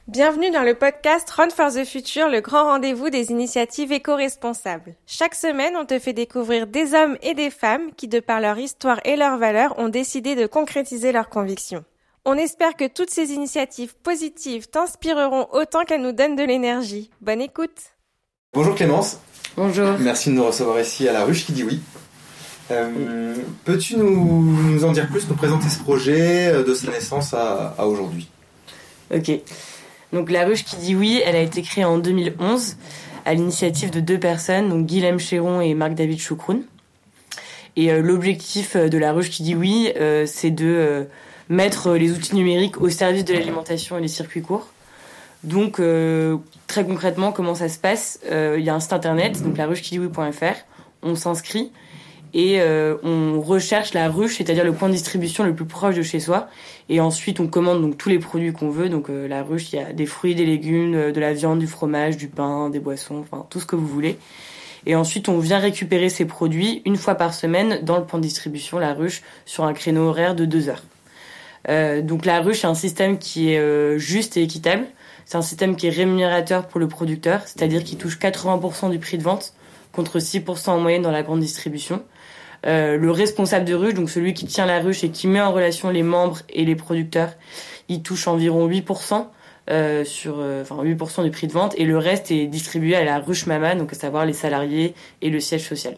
Bienvenue dans le podcast Run for the Future, le grand rendez-vous des initiatives éco-responsables. Chaque semaine, on te fait découvrir des hommes et des femmes qui, de par leur histoire et leurs valeurs, ont décidé de concrétiser leurs convictions. On espère que toutes ces initiatives positives t'inspireront autant qu'elles nous donnent de l'énergie. Bonne écoute. Bonjour Clémence. Bonjour. Merci de nous recevoir ici à La Ruche qui dit oui. Peux-tu nous en dire plus, nous présenter ce projet de sa naissance à aujourd'hui? Ok. Donc La Ruche qui dit oui, elle a été créée en 2011 à l'initiative de deux personnes, donc Guilhem Chéron et Marc-David Choukroun. Et l'objectif de La Ruche qui dit oui, c'est de mettre les outils numériques au service de l'alimentation et des circuits courts. Donc très concrètement, comment ça se passe? Il y a un site internet, donc laruchequidioui.fr, on s'inscrit et on recherche la ruche, c'est-à-dire le point de distribution le plus proche de chez soi. Et ensuite, on commande donc tous les produits qu'on veut. Donc la ruche, il y a des fruits, des légumes, de la viande, du fromage, du pain, des boissons, enfin tout ce que vous voulez. Et ensuite, on vient récupérer ces produits une fois par semaine dans le point de distribution, la ruche, sur un créneau horaire de 2 heures. Donc la ruche, c'est un système qui est juste et équitable. C'est un système qui est rémunérateur pour le producteur, c'est-à-dire qu'il touche 80% du prix de vente, contre 6% en moyenne dans la grande distribution. Le responsable de ruche, donc celui qui tient la ruche et qui met en relation les membres et les producteurs, il touche environ 8%, 8% du prix de vente, et le reste est distribué à la ruche Mama, donc à savoir les salariés et le siège social.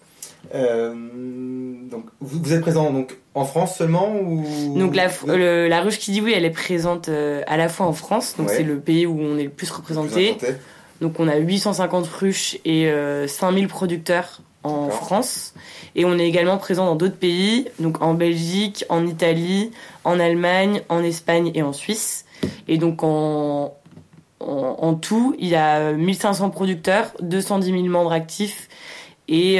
Donc vous êtes présent donc en France seulement ou... Donc la ruche qui dit oui, elle est présente à la fois en France, donc c'est le pays où on est le plus représenté. Donc on a 850 ruches et 5000 producteurs en France. Et on est également présent dans d'autres pays, donc en Belgique, en Italie, en Allemagne, en Espagne et en Suisse. Et donc en tout, il y a 1500 producteurs, 210 000 membres actifs et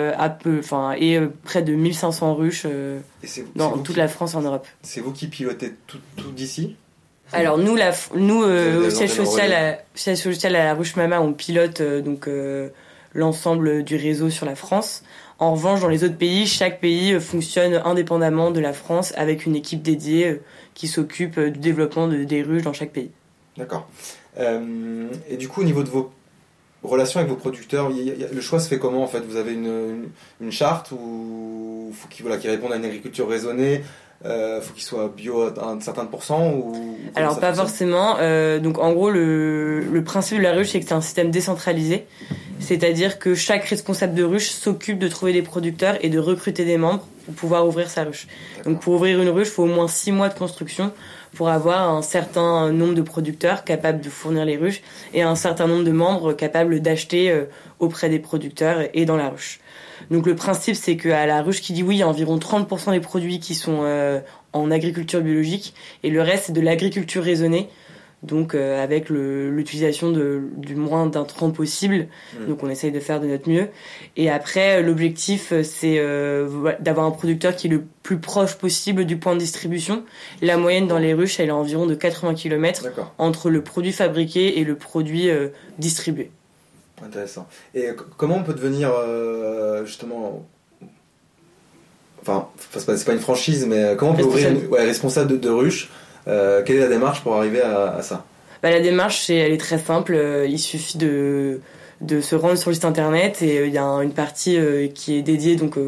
près de 1500 ruches dans toute la France et en Europe. C'est vous qui pilotez tout d'ici ? Alors nous au siège social à la ruche Mama, on pilote l'ensemble du réseau sur la France. En revanche, dans les autres pays, chaque pays fonctionne indépendamment de la France avec une équipe dédiée qui s'occupe du développement des ruches dans chaque pays. D'accord. Et du coup, au niveau de vos relations avec vos producteurs, le choix se fait comment en fait? Vous avez une charte ou faut qu'ils répondent à une agriculture raisonnée? Faut qu'il soit bio à un certain pourcent ou alors pas forcément. Donc en gros le principe de la ruche, c'est que c'est un système décentralisé, c'est-à-dire que chaque responsable de ruche s'occupe de trouver des producteurs et de recruter des membres pour pouvoir ouvrir sa ruche. D'accord. Donc pour ouvrir une ruche, il faut au moins 6 mois de construction pour avoir un certain nombre de producteurs capables de fournir les ruches et un certain nombre de membres capables d'acheter auprès des producteurs et dans la ruche. Donc le principe, c'est qu'à la ruche qui dit oui, il y a environ 30% des produits qui sont en agriculture biologique et le reste c'est de l'agriculture raisonnée, donc avec l'utilisation du moins d'intrants possible. Donc on essaye de faire de notre mieux. Et après l'objectif c'est d'avoir un producteur qui est le plus proche possible du point de distribution. La moyenne dans les ruches, elle est environ de 80 km entre le produit fabriqué et le produit distribué. Intéressant. Et comment on peut devenir justement, enfin c'est pas une franchise, mais comment on peut ouvrir responsable de ruche? Quelle est la démarche pour arriver à ça? La démarche elle est très simple. Il suffit de se rendre sur le site internet et il y a une partie qui est dédiée donc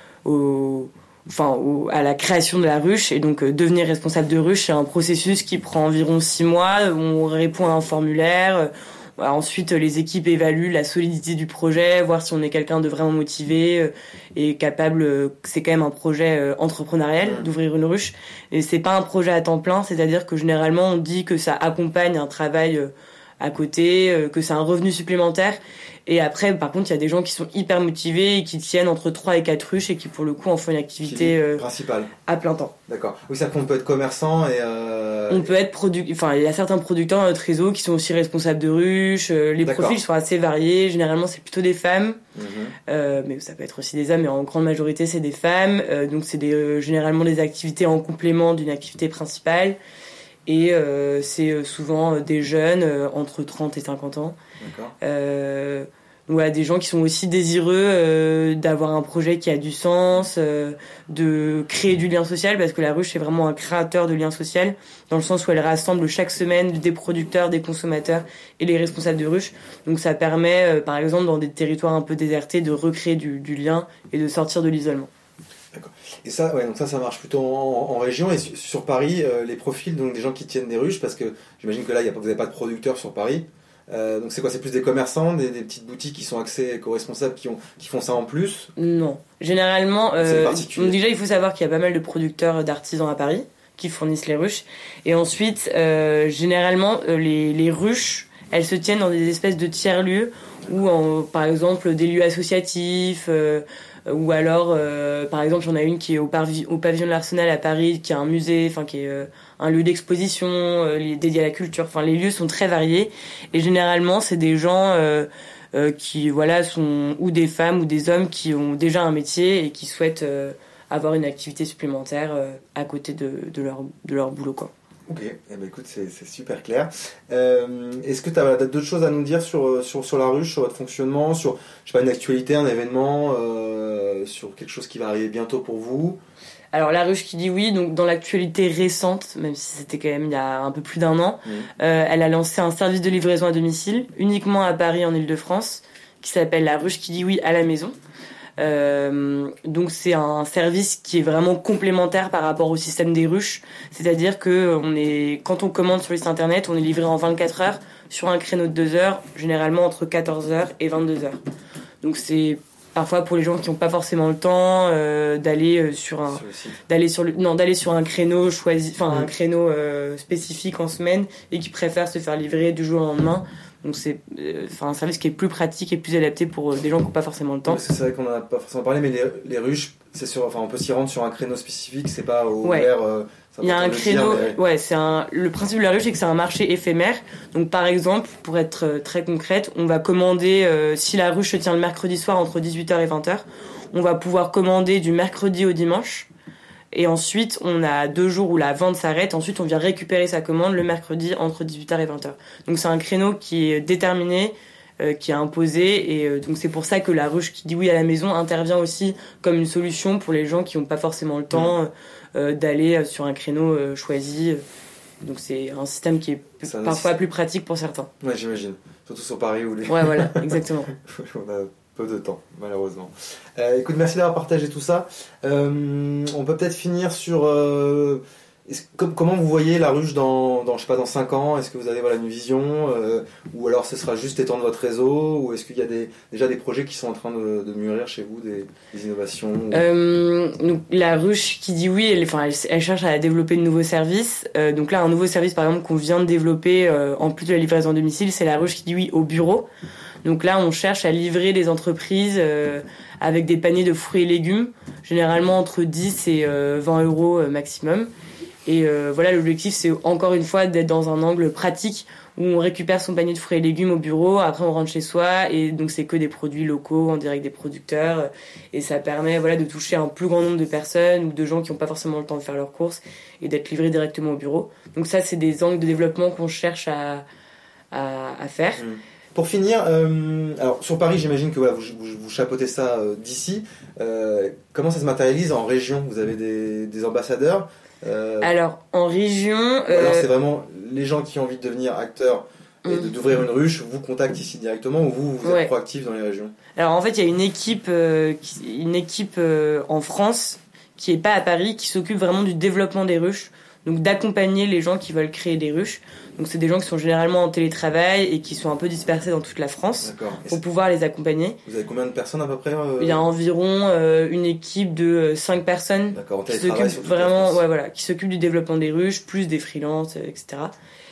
à la création de la ruche, et donc devenir responsable de ruche, c'est un processus qui prend environ 6 mois. On répond à un formulaire. Ensuite, les équipes évaluent la solidité du projet, voir si on est quelqu'un de vraiment motivé et capable. C'est quand même un projet entrepreneurial d'ouvrir une ruche. Et c'est pas un projet à temps plein, c'est-à-dire que généralement on dit que ça accompagne un travail à côté, que c'est un revenu supplémentaire. Et après, par contre, il y a des gens qui sont hyper motivés et qui tiennent entre 3 et 4 ruches et qui, pour le coup, en font une activité principale à plein temps. D'accord. Oui, ça qu'on peut être commerçant et... On peut être il y a certains producteurs dans notre réseau qui sont aussi responsables de ruches. Les profils sont assez variés. Généralement, c'est plutôt des femmes. Mais ça peut être aussi des hommes, mais en grande majorité, c'est des femmes. Donc, c'est généralement des activités en complément d'une activité principale. Et c'est souvent des jeunes entre 30 et 50 ans. Voilà, des gens qui sont aussi désireux d'avoir un projet qui a du sens, de créer du lien social, parce que la ruche c'est vraiment un créateur de lien social, dans le sens où elle rassemble chaque semaine des producteurs, des consommateurs et les responsables de ruche. Donc ça permet, par exemple, dans des territoires un peu désertés, de recréer du lien et de sortir de l'isolement. D'accord. Et ça, ouais, donc ça marche plutôt en région. Et sur Paris, les profils, donc des gens qui tiennent des ruches, parce que j'imagine que là, vous n'avez pas de producteurs sur Paris. Donc c'est quoi? C'est plus des commerçants, des petites boutiques qui sont axées éco-responsables, qui font ça en plus? Non. Généralement, donc déjà il faut savoir qu'il y a pas mal de producteurs d'artisans à Paris qui fournissent les ruches. Et ensuite, généralement, les ruches, elles se tiennent dans des espèces de tiers-lieux, ou par exemple des lieux associatifs, ou alors, par exemple, il y en a une qui est au pavillon de l'Arsenal à Paris, qui est un musée, enfin qui est un lieu d'exposition dédié à la culture. Enfin, les lieux sont très variés et généralement, c'est des gens qui sont ou des femmes ou des hommes qui ont déjà un métier et qui souhaitent avoir une activité supplémentaire à côté de leur boulot, quoi. Ok, eh ben écoute, c'est super clair. Est-ce que tu as d'autres choses à nous dire sur la ruche, sur votre fonctionnement, sur je sais pas, une actualité, un événement, sur quelque chose qui va arriver bientôt pour vous? Alors la ruche qui dit oui, donc dans l'actualité récente, même si c'était quand même il y a un peu plus d'un an, elle a lancé un service de livraison à domicile, uniquement à Paris en Île-de-France, qui s'appelle la ruche qui dit oui à la maison. Donc c'est un service qui est vraiment complémentaire par rapport au système des ruches, c'est-à-dire que quand on commande sur le site internet, on est livré en 24 heures sur un créneau de 2 heures, généralement entre 14h et 22h. Donc c'est parfois pour les gens qui n'ont pas forcément le temps d'aller sur un créneau choisi, enfin un créneau spécifique en semaine et qui préfèrent se faire livrer du jour au lendemain. Donc c'est un service qui est plus pratique et plus adapté pour des gens qui n'ont pas forcément le temps. C'est vrai qu'on n'en a pas forcément parlé, mais les ruches, on peut s'y rendre sur un créneau spécifique, c'est pas ouvert. Il y a un créneau, le principe de la ruche, c'est que c'est un marché éphémère. Donc par exemple, pour être très concrète, on va commander, si la ruche se tient le mercredi soir entre 18h et 20h, on va pouvoir commander du mercredi au dimanche. Et ensuite, on a 2 jours où la vente s'arrête. Ensuite, on vient récupérer sa commande le mercredi entre 18h et 20h. Donc c'est un créneau qui est déterminé, qui est imposé. Et donc c'est pour ça que la ruche qui dit oui à la maison intervient aussi comme une solution pour les gens qui n'ont pas forcément le temps d'aller sur un créneau choisi. Donc c'est un système qui est parfois plus pratique pour certains. Ouais, j'imagine. Surtout sur Paris où les... Ouais, voilà, exactement. On a peu de temps, malheureusement. Écoute, merci d'avoir partagé tout ça. On peut peut-être finir sur... comment vous voyez la ruche dans 5 ans? Est-ce que vous avez une vision ou alors ce sera juste étendre votre réseau? Ou est-ce qu'il y a déjà des projets qui sont en train de mûrir chez vous, des innovations Donc, la ruche qui dit oui, elle cherche à développer de nouveaux services. Donc là, un nouveau service, par exemple, qu'on vient de développer en plus de la livraison à domicile, c'est la ruche qui dit oui au bureau. Donc là, on cherche à livrer des entreprises avec des paniers de fruits et légumes, généralement entre 10 et 20 euros maximum. Et l'objectif, c'est encore une fois d'être dans un angle pratique où on récupère son panier de fruits et légumes au bureau, après on rentre chez soi, et donc c'est que des produits locaux, en direct des producteurs, et ça permet de toucher un plus grand nombre de personnes ou de gens qui n'ont pas forcément le temps de faire leurs courses et d'être livrés directement au bureau. Donc ça, c'est des angles de développement qu'on cherche à faire. Pour finir, alors sur Paris, j'imagine que vous chapeautez ça d'ici. Comment ça se matérialise en région? Vous avez des ambassadeurs? Alors en région, alors c'est vraiment les gens qui ont envie de devenir acteurs et d'ouvrir une ruche, vous contactent ici directement ou vous êtes proactifs dans les régions? Alors en fait, il y a une équipe en France qui est pas à Paris, qui s'occupe vraiment du développement des ruches, donc d'accompagner les gens qui veulent créer des ruches. Donc c'est des gens qui sont généralement en télétravail et qui sont un peu dispersés dans toute la France. D'accord. Pour pouvoir les accompagner. Vous avez combien de personnes à peu près Il y a environ une équipe de 5 personnes. D'accord, en qui s'occupent vraiment, qui s'occupent du développement des ruches, plus des freelances, etc.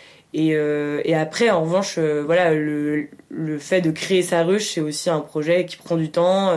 Et après, en revanche, le fait de créer sa ruche, c'est aussi un projet qui prend du temps.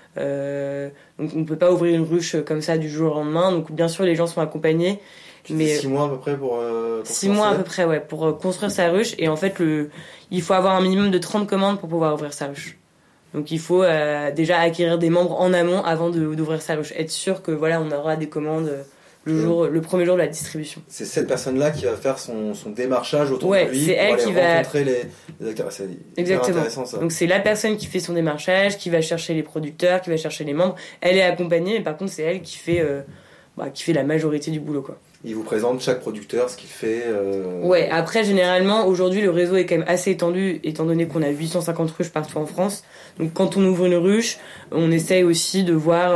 Donc on peut pas ouvrir une ruche comme ça du jour au lendemain. Donc bien sûr, les gens sont accompagnés. Mais 6 mois à peu près pour 6 mois à peu près, pour construire sa ruche. Et en fait, il faut avoir un minimum de 30 commandes pour pouvoir ouvrir sa ruche. Donc il faut déjà acquérir des membres en amont avant d'ouvrir sa ruche. Être sûr que on aura des commandes le premier jour de la distribution. C'est cette personne-là qui va faire son démarchage autour de lui c'est pour elle aller qui va rencontrer les acteurs. C'est exactement intéressant ça. Donc c'est la personne qui fait son démarchage, qui va chercher les producteurs, qui va chercher les membres. Elle est accompagnée, mais par contre c'est elle qui fait la majorité du boulot, quoi. Il vous présente chaque producteur, ce qu'il fait. Ouais, après généralement aujourd'hui le réseau est quand même assez étendu étant donné qu'on a 850 ruches partout en France. Donc quand on ouvre une ruche, on essaye aussi de voir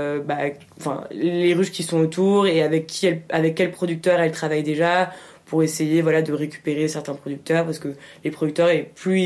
les ruches qui sont autour et avec quel producteur elle travaille déjà pour essayer de récupérer certains producteurs, parce que les producteurs, et plus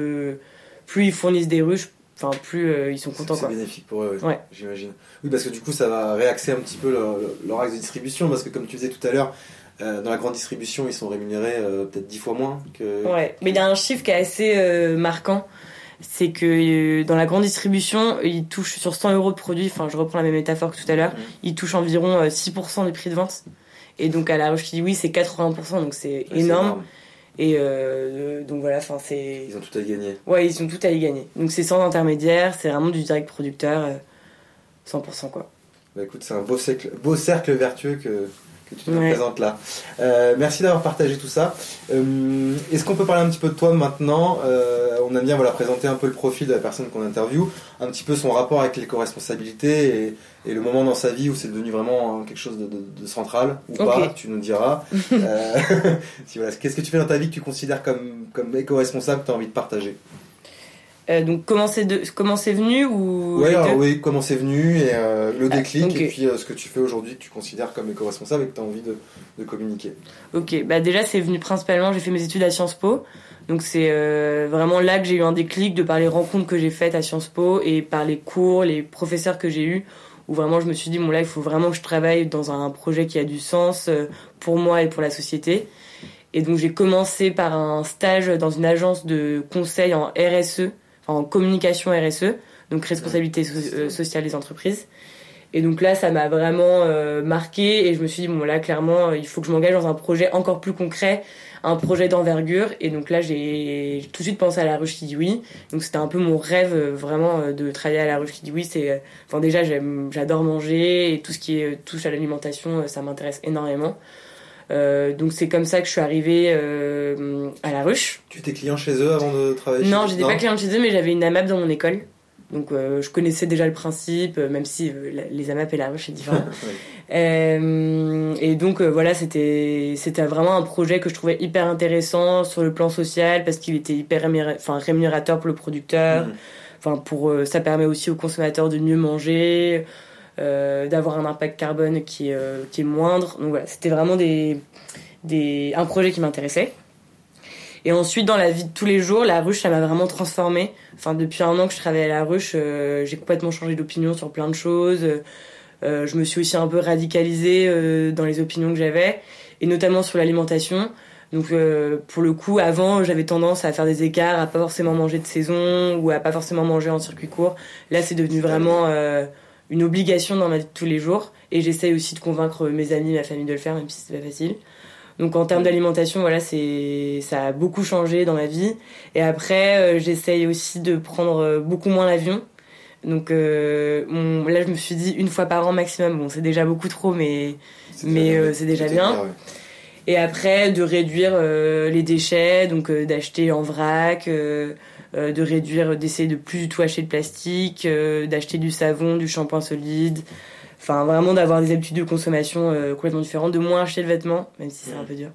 ils fournissent des ruches, plus ils sont contents. C'est bénéfique pour eux, ouais. J'imagine. Oui, parce que du coup, ça va réaxer un petit peu leur axe de distribution, parce que comme tu disais tout à l'heure, dans la grande distribution, ils sont rémunérés peut-être 10 fois moins que... Ouais, mais il y a un chiffre qui est assez marquant, c'est que dans la grande distribution, ils touchent sur 100 € de produits, je reprends la même métaphore que tout à l'heure, ils touchent environ 6% du prix de vente. Et donc à la ruche qui dit oui, c'est 80%, donc c'est énorme. Et donc voilà, c'est... Ils ont tout à y gagner. Ouais, ils ont tout à y gagner. Donc c'est sans intermédiaire, c'est vraiment du direct producteur, 100%, quoi. Bah écoute, c'est un beau cercle vertueux que tu nous présentes là. Merci d'avoir partagé tout ça. Est-ce qu'on peut parler un petit peu de toi maintenant? On aime bien présenter un peu le profil de la personne qu'on interviewe, un petit peu son rapport avec l'éco-responsabilité et le moment dans sa vie où c'est devenu vraiment quelque chose de central ou pas, tu nous diras. Qu'est-ce que tu fais dans ta vie que tu considères comme éco-responsable, que tu as envie de partager? Donc comment c'est venu ou... Oui, comment c'est venu et le déclic et puis ce que tu fais aujourd'hui que tu considères comme éco-responsable et que tu as envie de communiquer. Ok, déjà c'est venu principalement, j'ai fait mes études à Sciences Po, donc c'est vraiment là que j'ai eu un déclic de par les rencontres que j'ai faites à Sciences Po et par les cours, les professeurs que j'ai eus, où vraiment je me suis dit là il faut vraiment que je travaille dans un projet qui a du sens pour moi et pour la société. Et donc j'ai commencé par un stage dans une agence de conseil en RSE, en communication RSE, donc responsabilité sociale des entreprises. Et donc là, ça m'a vraiment marqué et je me suis dit, là, clairement, il faut que je m'engage dans un projet encore plus concret, un projet d'envergure. Et donc là, j'ai tout de suite pensé à la ruche qui dit oui. Donc c'était un peu mon rêve, vraiment, de travailler à la ruche qui dit oui. Déjà, j'adore manger et tout ce qui touche à l'alimentation, ça m'intéresse énormément. Donc c'est comme ça que je suis arrivée à la ruche. Tu étais client chez eux avant de travailler chez eux? Non, j'étais pas cliente chez eux, mais j'avais une AMAP dans mon école. Donc je connaissais déjà le principe, même si les AMAP et la ruche c'est différent. Et donc c'était vraiment un projet que je trouvais hyper intéressant sur le plan social parce qu'il était hyper rémunérateur pour le producteur. Ça permet aussi aux consommateurs de mieux manger. D'avoir un impact carbone qui est moindre. Donc voilà, c'était vraiment un projet qui m'intéressait. Et ensuite, dans la vie de tous les jours, la ruche, ça m'a vraiment transformée. Depuis un an que je travaille à la ruche, j'ai complètement changé d'opinion sur plein de choses. Je me suis aussi un peu radicalisée dans les opinions que j'avais, et notamment sur l'alimentation. Donc pour le coup, avant, j'avais tendance à faire des écarts, à pas forcément manger de saison ou à pas forcément manger en circuit court. Là, c'est devenu vraiment... une obligation dans ma vie de tous les jours, et j'essaye aussi de convaincre mes amis, ma famille de le faire, même si c'est pas facile. Donc en termes d'alimentation, ça a beaucoup changé dans ma vie. Et après, j'essaye aussi de prendre beaucoup moins l'avion. Donc là, je me suis dit 1 fois par an maximum. Bon, c'est déjà beaucoup trop, mais c'est déjà bien. Et après, de réduire les déchets, donc d'acheter en vrac, de réduire, d'essayer de plus du tout acheter de plastique, d'acheter du savon, du shampoing solide. Vraiment d'avoir des habitudes de consommation complètement différentes, de moins acheter de vêtements, même si c'est un peu dur.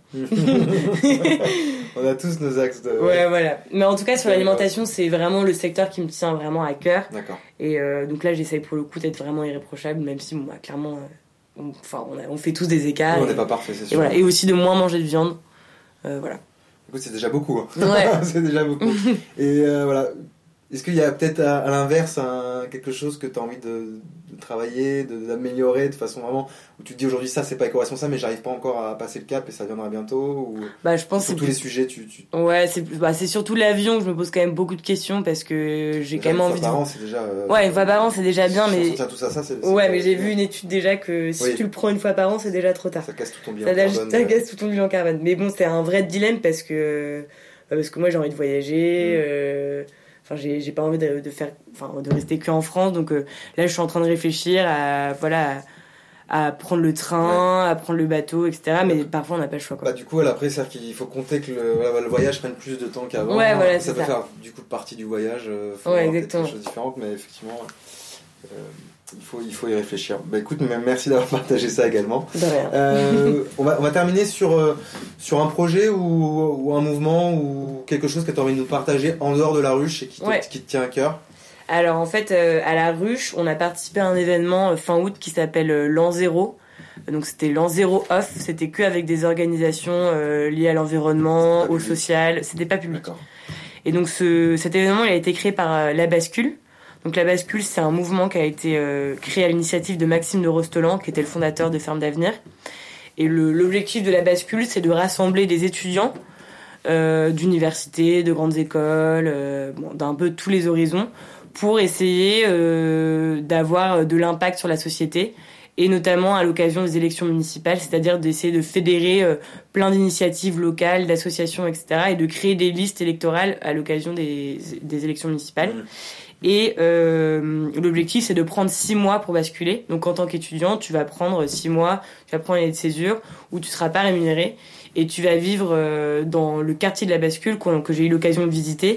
On a tous nos axes de... Ouais, voilà. Mais en tout cas, sur l'alimentation, c'est vraiment le secteur qui me tient vraiment à cœur. D'accord. Et donc là, j'essaye pour le coup d'être vraiment irréprochable, même si, clairement, on fait tous des écarts. On n'est pas parfait, c'est sûr. Et, voilà. Et aussi de moins manger de viande. Voilà. Écoute, c'est déjà beaucoup. Hein. Ouais. C'est déjà beaucoup. Et voilà. Est-ce qu'il y a peut-être à l'inverse quelque chose que tu as envie de travailler, d'améliorer de façon vraiment où tu te dis aujourd'hui ça c'est pas éco-responsable mais j'arrive pas encore à passer le cap et ça viendra bientôt ou... je pense sur tous les sujets Ouais, c'est surtout l'avion que je me pose quand même beaucoup de questions parce que j'ai quand même envie de... Une fois par an c'est déjà... Ouais, une fois par an c'est déjà bien mais... Sortir tout ça, c'est ouais, mais j'ai vu une étude déjà que si tu le prends 1 fois par an c'est déjà trop tard. Ça casse tout ton bilan carbone. Ça casse tout ton bilan carbone. Mais bon, c'est un vrai dilemme parce que moi j'ai envie de voyager... j'ai pas envie de rester que en France, donc là je suis en train de réfléchir à à prendre le train, à prendre le bateau, etc. Mais parfois on n'a pas le choix, quoi. Bah, du coup, après, c'est-à-dire qu'il faut compter que le voyage prenne plus de temps qu'avant. Ouais, voilà, ça peut faire du coup partie du voyage. Faut ouais, avoir exactement. des choses différentes, mais effectivement, il faut y réfléchir. Bah écoute, merci d'avoir partagé ça également. De rien. On va terminer sur un projet ou un mouvement ou quelque chose que tu as envie de nous partager en dehors de la ruche et qui te tient à cœur. Alors en fait, à la ruche, on a participé à un événement fin août qui s'appelle l'An Zéro. Donc c'était l'An Zéro Off, c'était que avec des organisations liées à l'environnement, au social, c'était pas public. D'accord. Et donc cet événement, il a été créé par La Bascule. Donc La Bascule, c'est un mouvement qui a été créé à l'initiative de Maxime de Rostelan, qui était le fondateur de Ferme d'Avenir. Et l'objectif de La Bascule, c'est de rassembler des étudiants d'universités, de grandes écoles, d'un peu tous les horizons, pour essayer d'avoir de l'impact sur la société, et notamment à l'occasion des élections municipales, c'est-à-dire d'essayer de fédérer plein d'initiatives locales, d'associations, etc., et de créer des listes électorales à l'occasion des élections municipales. Et l'objectif, c'est de prendre 6 mois pour basculer. Donc en tant qu'étudiant, tu vas prendre 6 mois, tu vas prendre une année de césure où tu ne seras pas rémunéré, et tu vas vivre dans le quartier de La Bascule que j'ai eu l'occasion de visiter,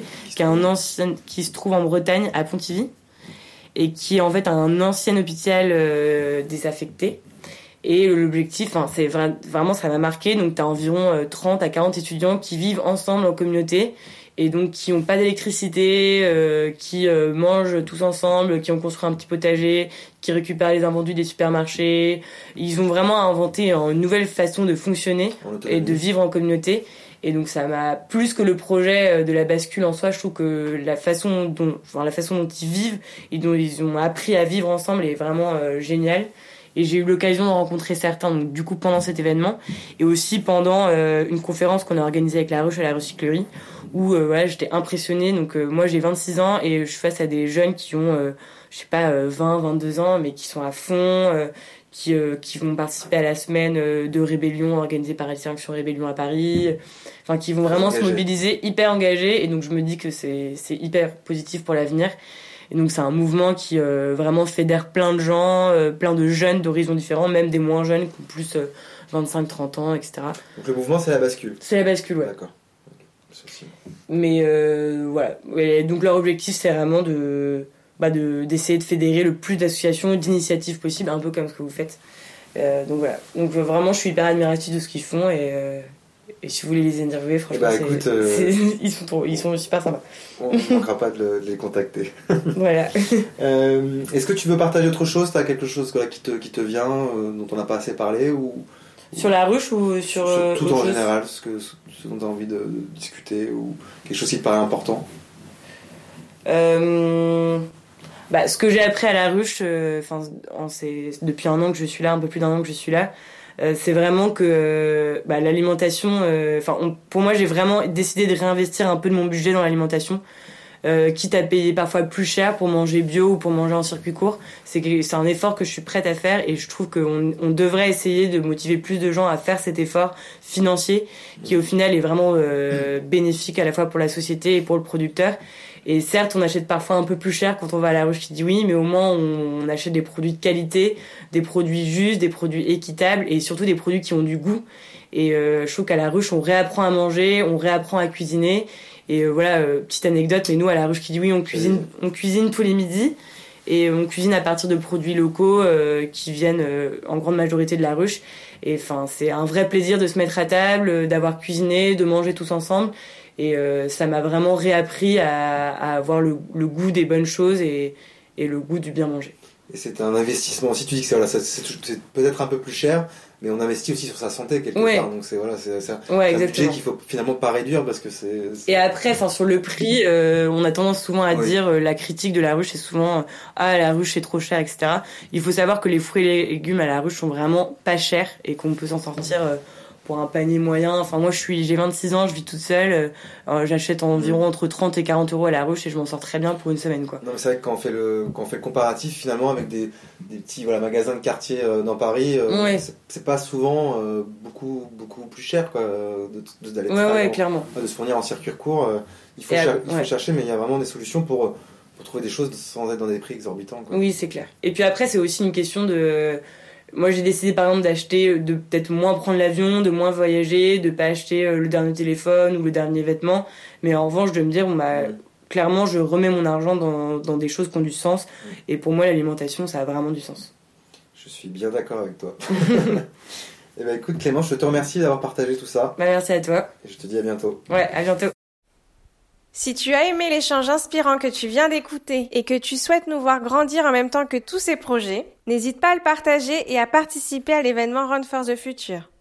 qui se trouve en Bretagne, à Pontivy, et qui est en fait un ancien hôpital désaffecté. Et l'objectif, c'est vraiment, ça m'a marqué. Donc, tu as environ 30 à 40 étudiants qui vivent ensemble en communauté, et donc qui n'ont pas d'électricité, qui mangent tous ensemble, qui ont construit un petit potager, qui récupèrent les invendus des supermarchés. Ils ont vraiment inventé une nouvelle façon de fonctionner et de vivre en communauté. Et donc ça m'a, plus que le projet de La Bascule en soi, je trouve que la façon dont ils vivent et dont ils ont appris à vivre ensemble est vraiment géniale. Et j'ai eu l'occasion de rencontrer certains, donc du coup pendant cet événement, et aussi pendant une conférence qu'on a organisée avec La Ruche à la recyclerie, où j'étais impressionnée. Donc moi j'ai 26 ans et je suis face à des jeunes qui ont 20, 22 ans, mais qui sont à fond, qui vont participer à la semaine de rébellion organisée par Extinction Rébellion à Paris, enfin qui vont vraiment se mobiliser, hyper engagés. Et donc je me dis que c'est hyper positif pour l'avenir. Et donc c'est un mouvement qui vraiment fédère plein de gens, plein de jeunes d'horizons différents, même des moins jeunes qui ont plus 25-30 ans, etc. Donc le mouvement, c'est La Bascule. C'est La Bascule, ouais. D'accord. Mais voilà. Et donc leur objectif, c'est vraiment d'essayer de fédérer le plus d'associations, d'initiatives possibles, un peu comme ce que vous faites. Donc voilà. Donc vraiment, je suis hyper admirative de ce qu'ils font, et si vous voulez les interviewer, franchement, ils sont super sympas. On ne manquera pas de les contacter. Voilà. Est-ce que tu veux partager autre chose ? Tu as quelque chose qui te vient, dont on n'a pas assez parlé ou... Sur la ruche ou sur tout en général, ce dont tu as envie de discuter, ou quelque chose qui te paraît important ? Ce que j'ai appris à la ruche, c'est depuis un an que je suis là, un peu plus d'1 an que je suis là, c'est vraiment que l'alimentation, pour moi j'ai vraiment décidé de réinvestir un peu de mon budget dans l'alimentation, quitte à payer parfois plus cher pour manger bio ou pour manger en circuit court. C'est un effort que je suis prête à faire, et je trouve qu'on devrait essayer de motiver plus de gens à faire cet effort financier qui au final est vraiment bénéfique à la fois pour la société et pour le producteur. Et certes, on achète parfois un peu plus cher quand on va à la ruche qui dit oui, mais au moins on achète des produits de qualité, des produits justes, des produits équitables, et surtout des produits qui ont du goût. Et je trouve qu'à la ruche, on réapprend à manger, on réapprend à cuisiner. Et petite anecdote, mais nous à la ruche qui dit oui, on cuisine tous les midis, et on cuisine à partir de produits locaux qui viennent en grande majorité de la ruche. Et c'est un vrai plaisir de se mettre à table, d'avoir cuisiné, de manger tous ensemble. Et ça m'a vraiment réappris à avoir le goût des bonnes choses et le goût du bien manger. Et c'est un investissement aussi. Tu dis que c'est peut-être un peu plus cher, mais on investit aussi sur sa santé quelque part. Donc c'est un budget qu'il faut finalement pas réduire, parce que c'est... Et après, sur le prix, on a tendance souvent à dire la critique de la ruche, c'est souvent la ruche c'est trop cher, etc. Il faut savoir que les fruits et les légumes à la ruche sont vraiment pas chers, et qu'on peut s'en sortir pour un panier moyen. Enfin, moi, j'ai 26 ans, je vis toute seule. J'achète environ entre 30 et 40 euros à la ruche, et je m'en sors très bien pour une semaine, quoi. Non, mais c'est vrai que quand on fait le comparatif, finalement, avec des petits magasins de quartier dans Paris, c'est pas souvent beaucoup plus cher, quoi, d'aller clairement. De se fournir en circuit court. Il faut chercher, mais il y a vraiment des solutions pour trouver des choses sans être dans des prix exorbitants, quoi. Oui, c'est clair. Et puis après, c'est aussi une question de... Moi, j'ai décidé par exemple d'acheter, de peut-être moins prendre l'avion, de moins voyager, de pas acheter le dernier téléphone ou le dernier vêtement. Mais en revanche, de me dire, clairement, je remets mon argent dans des choses qui ont du sens. Et pour moi, l'alimentation, ça a vraiment du sens. Je suis bien d'accord avec toi. Eh ben, écoute Clément, je te remercie d'avoir partagé tout ça. Merci à toi. Et je te dis à bientôt. Ouais, à bientôt. Si tu as aimé l'échange inspirant que tu viens d'écouter et que tu souhaites nous voir grandir en même temps que tous ces projets, n'hésite pas à le partager et à participer à l'événement Run for the Future.